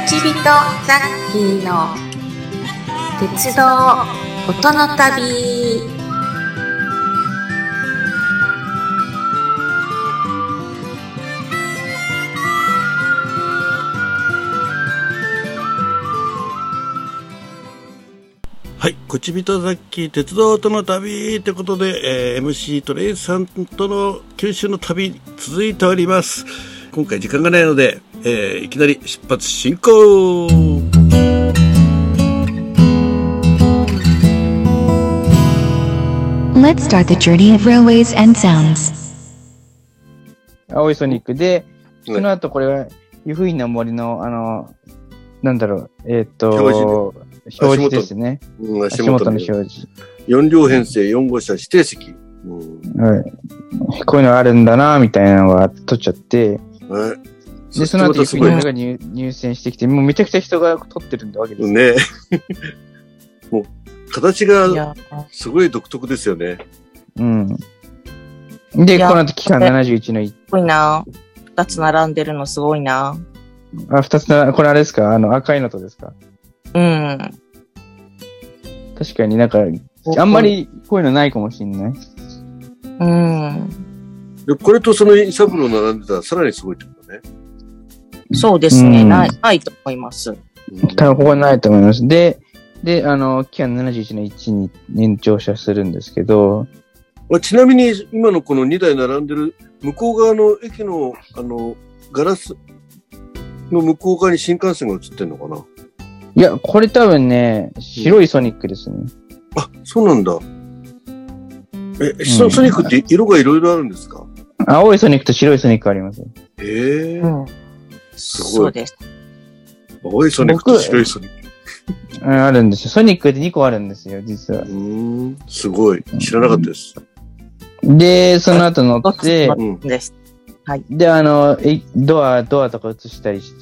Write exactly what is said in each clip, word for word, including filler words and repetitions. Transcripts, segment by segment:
ちびとザッキーの鉄道音の旅。 はい、こちびとザッキー鉄道との旅ってことで、えー、エムシー トレイさんとの九州の旅続いております。今回時間がないので、えー、いきなり出発進行。 Let's start the journey of railways and sounds. 青いソニックで、その後これは湯布院の森のあのなんだろうえっ、ー、と表示ですね。 うん、 足元の表示。 よん両編成よん号車指定席、うんはい。こういうのあるんだなみたいなのが取っちゃって、 はい、 でその後湯布院のが 入, 入選してきて、もうめちゃくちゃ人が取ってるんだわけですね。もう形がすごい独特ですよね。 うん。でこの後期間ななじゅういちのいち。 すごいな。二つ並んでるのすごいな。 あ、二つな、これあれですか？あの赤いのとですか？ うん。 確かになんか、あんまりこういうのないかもしんない。 うん。 でこれとそのイサブロ並んでたらさらにすごいってことね。 そうですね。うん、ない、ないと思います。 多分ここないと思います。で、で、あの、期間ななじゅういちのいちに延長車するんですけど、 ちなみに今のこのにだい並んでる向こう側の駅のあのガラスの向こう側に新幹線が映ってるのかな？ いや、これ多分ね、白いソニックですね。うん、 あ、そうなんだ。え、うん、ソニックって色がいろいろあるんですか？ 青いソニックと白いソニックあります。 へえー、うん。すごい。 そうです。 青いソニックと白いソニック。 あるんですよ。ソニックでにこあるんですよ、実は。 うーん、すごい。知らなかったです。 で、その後乗って、 うん、です。はい。 で、あの、ドア、ドアとか映したりして、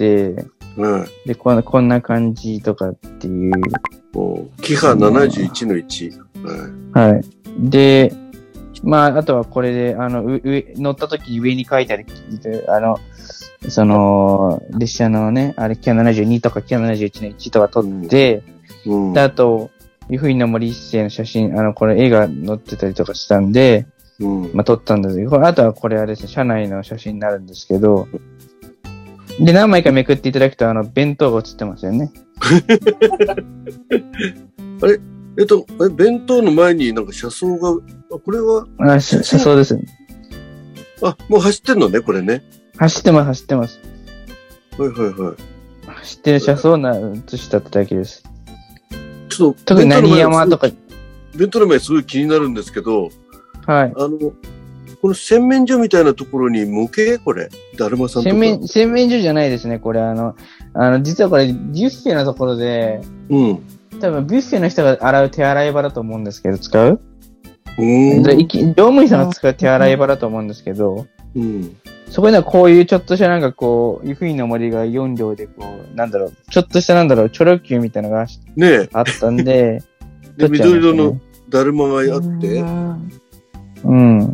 うん、 でこん、こんな感じとかっていう。 キハななじゅういちのいち。 はい。はい。で、まあ、あとはこれで、あの、上、乗った時に上に書いてある、あの、その、列車のね、あれ、キハななじゅうにとかキハななじゅういちのいちとか撮って、うんうん、で、あと、湯布院の森一世の写真、あの、これ絵が載ってたりとかしたんで、うん、まあ、撮ったんですけど、あとはこれはですね、車内の写真になるんですけど、で、何枚かめくっていただくと、あの、弁当が写ってますよね。 あれえっと、え、弁当の前になんか車窓が、あ、これはあ、車窓ですね。 あ、もう走ってんのね、これね。 走ってます、走ってます。 はいはいはい。 走ってる車窓な、映しただけです。 ちょっと、 特に何山とか。 弁当の前すごい気になるんですけど、 はい。 あの、この洗面所みたいなところに模型これ、だるまさんとか。 洗面、洗面所じゃないですね、これあの、あの、実はこれ、ビュッフェのところで、 うん。 多分、ビュッフェの人が洗う手洗い場だと思うんですけど、使う？ うん。 乗務員さんが使う手洗い場だと思うんですけど、 うん。 そこではこういうちょっとしたなんかこう、湯布院の森がよん両でこう、なんだろう、ちょっとしたなんだろう、チョロ Q みたいなのがねあったんで、 で、緑色のだるまがあって、 うん。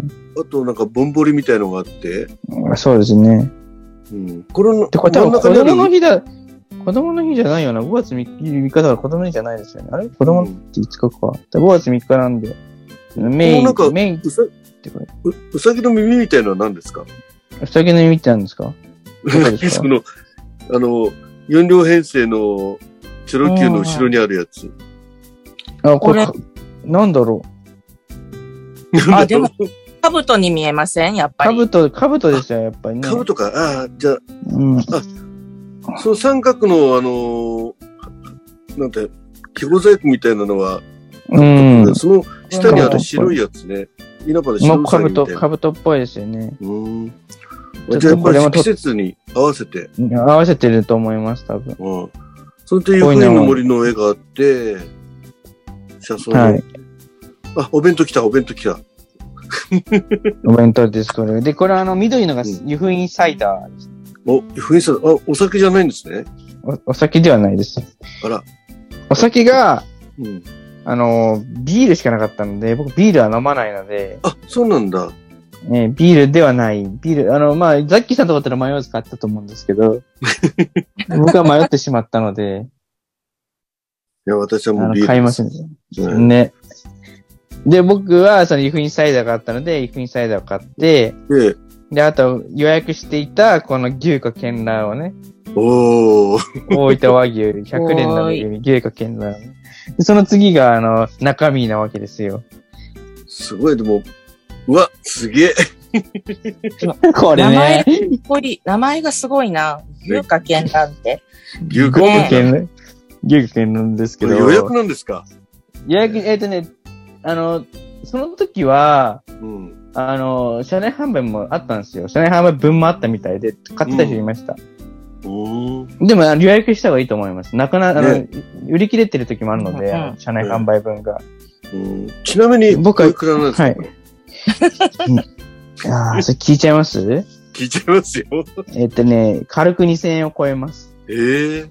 あとなんかぼんぼりみたいのがあって、 そうですね。 うん。これの、 で、これ多分子供の日だ、子供の日じゃないよな。ごがつみっかだから子供の日じゃないですよね。あれ子供の日っていつかか。ごがつみっかなんで。メイン、 なんかメインうさ、う、うさぎの耳みたいなのは何ですか？ うさぎの耳って何ですか？ その、あの、よん両編成のチョロ Q の後ろにあるやつ。 あ、これ、なんだろう。あ、でも、カブトに見えません？やっぱり。 カブト、カブトですよ、やっぱりね。 カブトか。ああ、じゃあ、 うん、あ、 その三角の、あのー、なんて、記号細工みたいなのは、 うん。 その下にある白いやつね。稲葉の白いカブト、カブトっぽいですよね。 うん。じゃあやっぱり季節に合わせて。 合わせてると思います、多分。 うん。それで湯布院の森の絵があって、車窓の。はい。あ、お弁当来た、お弁当来た。 お弁当です、これ。で、これあの、緑のが湯布院サイダーです。 お、湯布院サイダー、あ、お酒じゃないんですね。 お、お酒ではないです。 あら。 お酒が、 うん。 あの、ビールしかなかったので、僕ビールは飲まないので。 あ、そうなんだ。 えービールではない。ビール、あの、まあ、ザッキーさんとかだったら迷わず買ったと思うんですけど、僕は迷ってしまったので、 いや、私はあの、 もうビールです。 買いませんでうん。 ね。で、僕は、その、湯布院サイダーがあったので、湯布院サイダーを買って、 で、 で、あと、予約していた、この牛かケンラーをね、 おー。 大分和牛、ひゃくねんの牛、牛かケンラーをね。で、その次が、あの、中身なわけですよ。 すごい、でも、うわ、すげえ。 これ名前ね、 すごい、名前がすごいな。牛かけんなんて。 牛か牛ねかケンラー、牛かケンなんですけど、 予約なんですか？ 予約、えっとね、あの、その時は、 うん。 あの、車内販売もあったんですよ。車内販売分もあったみたいで、買ってた人いました。 うーん。 でも、あの予約した方がいいと思います。なくな、あの、 ね売り切れてる時もあるので、 うんあの車内販売分が。 うんちなみに、 僕はおいくらなんですか？ はいああ、それ聞いちゃいます聞いちゃいますよ。 えっとね、軽くにせんえんを超えます。 ええ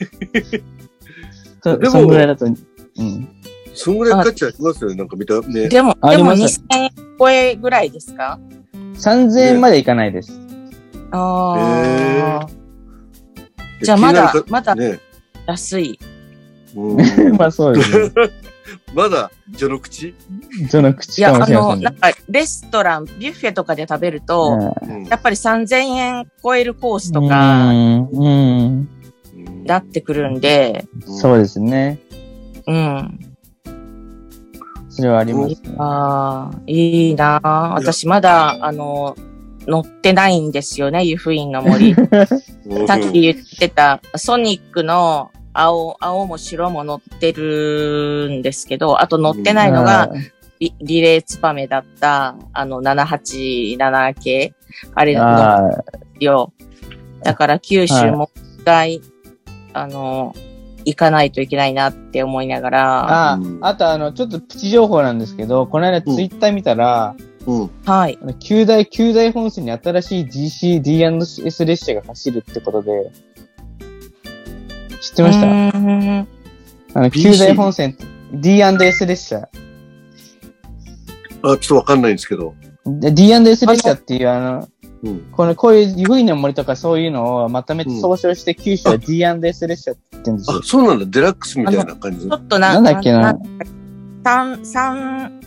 そ、 でもそんぐらいだと、うん。 そんぐらいかかっちゃいますよね、なんか見たね。 でも、でもありますにせんえん超えぐらいですか？ さんぜんえんまでいかないです。 ああ。じゃあまだ気になるかまだね。 安い。 うんまあそうですね。 まだ序の口？ その口いや、あの、 かもしれませんね。 なんか、レストラン、ビュッフェとかで食べると、 うんやっぱりさんぜんえん超えるコースとうか、 ん、うん。 なってくるんで、 そうですね。 うん。 それはありますね。 ああ、いいなあ私まだ、あの、乗ってないんですよね、湯布院の森。 うんさっき言ってた、ソニックの青、青も白も乗ってるんですけど、あと乗ってないのが、リリレーツバメだった、あの、ななはちなな系。あれあのあ、 よ。だから九州もう一回、あの、行かないといけないなって思いながら、 ああうん、 あとあの、ちょっとプチ情報なんですけど、この間ツイッター見たら、 うん。 はい。 あの旧大、旧大本線に新しい ジーシー、ディーアンドエス 列車が走るってことで、知ってました？ うーんあの、旧大本線、ディーアンドエス 列車。 あ、ちょっとわかんないんですけど。 で ディーアンドエス 列車っていうあの、 うん。 この、こういう湯布院の森とかそういうのをまとめて総称して九州は ディーアンドエス 列車って言ってるんですよあ、。そうなんだ。デラックスみたいな感じちょ。っとな、 なんだっけな。 三、三、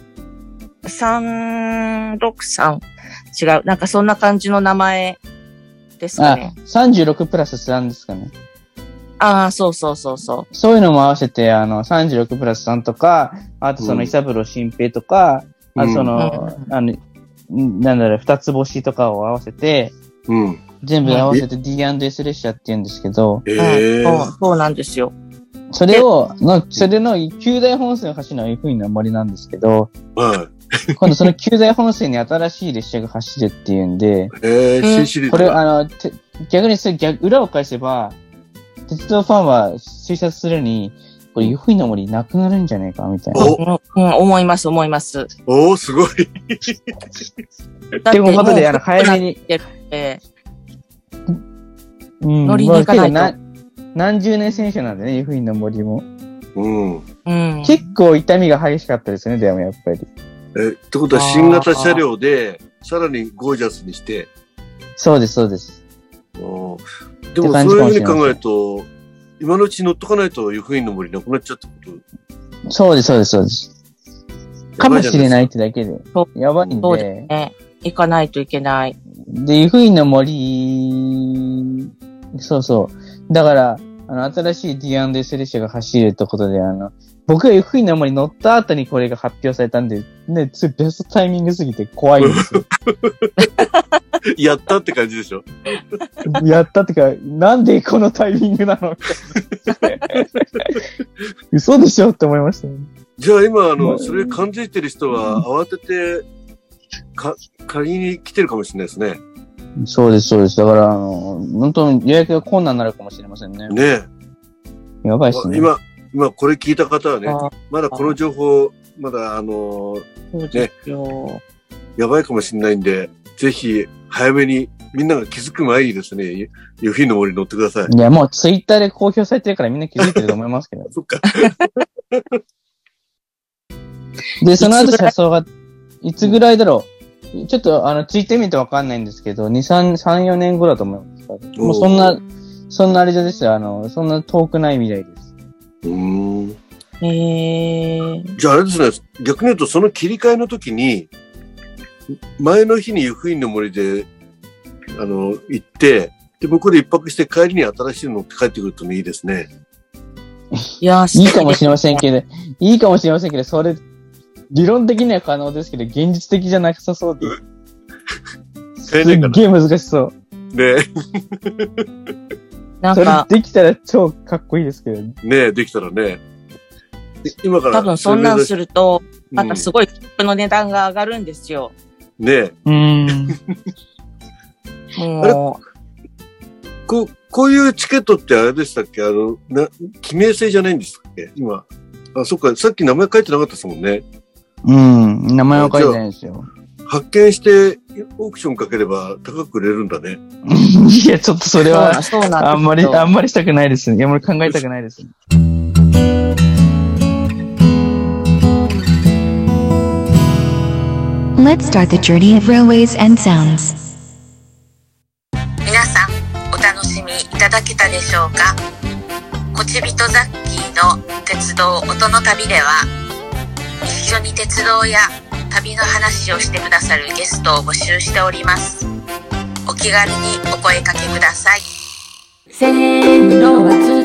三、六三。違う。なんかそんな感じの名前ですかあね。、 さんじゅうろくプラスさんですかね。 ああ、そうそうそうそそういうのも合わせて、あの、さんじゅうろくプラスさんとか、あとその、 うん伊三郎新平とか、あとその、 うあの、んなんだろう、二つ星とかを合わせて、 うん。 全部合わせて ディーアンドエス 列車って言うんですけど、 う。 ええうんそう。そうなんですよ。 それを、の、それの旧大本線を走るのは湯布院の森なんですけど、 は今度その旧大本線に新しい列車が走るっていうんで、 い。ええ新シリーズこれ、 だ。 あの、て逆にそれ逆、裏を返せば、鉄道ファンは推察するに、これ湯布院の森なくなるんじゃないか、みたいな。 おうん、うん思います、思います。 おー、すごい。 だっていうことで、あの、 もう早めに、 えうん乗りに行かないとまあ結構何何十年選手なんでね、湯布院の森も。 うん。 ーうん。 結構痛みが激しかったですね、でもやっぱり。 え、ってことは新型車両で、さらにゴージャスにして、 そうです、そうです。 おーでもそういうふうに考えると、今のうちに乗っとかないと湯布院の森なくなっちゃったこと。 そうです、そうです、そうです。かもしれないってだけでそ。 やばいんそうでで。 すね。行かないといけない。 で、湯布院の森、そうそう。だから、あの、新しい ディーアンドエス 列車が走るってことで、あの、僕が湯布院の森乗った後にこれが発表されたんで、ね、つベストタイミングすぎて怖いんですよ。 やったって感じでしょ。 やったってか、なんでこのタイミングなのみたいな嘘でしょって思いましたね。 じゃあ今、あの、 まあそれ感じてる人は慌てて、か、借りに来てるかもしれないですね。 そうです、そうです。だから、あの、本当に予約が困難になるかもしれませんね。 ねやばいっすね。 今、今これ聞いた方はね、 あまだこの情報、まだあの、 そうですよ。 やばいかもしれないんで、ぜひ早めにみんなが気づく前にですね、湯湯布院の森に乗ってください。 いや、もうツイッターで公表されてるからみんな気づいてると思いますけど。 そっか。 で、その後車窓が、いつぐらいだろうちょっと、あの、ついてみてわかんないんですけど、に、さん、さん、よねんごだと思います。もうそんな、そんなあれですよ。あの、そんな遠くない未来です。 うーん。 へー。 じゃああれですね、逆に言うとその切り替えの時に、前の日に湯布院の森で、あの、行って、で、向こうで一泊して帰りに新しいの乗って帰ってくるといいですね。 いやー、 いいかもしれませんけど、いいかもしれませんけど、それ、理論的には可能ですけど、現実的じゃなさそうです。すっげえ難しそう。 ねなんか、 それできたら超かっこいいですけどね。 ねできたらね。今から。 多分そんなんすると、またすごい切符の値段が上がるんですよ。 うん、ねえ。 うん。 もう。 こう、こういうチケットってあれでしたっけ？あの、な、記名制じゃないんですっけ今。あ、そっか、さっき名前書いてなかったですもんね。 うん、名前は書いてないんですよ。 発見してオークションかければ高く売れるんだね。 いや、ちょっとそれは、 そうなんあんまり、あんまりしたくないですね。いや、あんまり考えたくないですね。 Let's start the journey of railways and sounds. 皆さんお楽しみいただけたでしょうか。こちびとザッキーの鉄道音の旅では、一緒に鉄道や旅の話をしてくださるゲストを募集しております。お気軽にお声かけください。線路は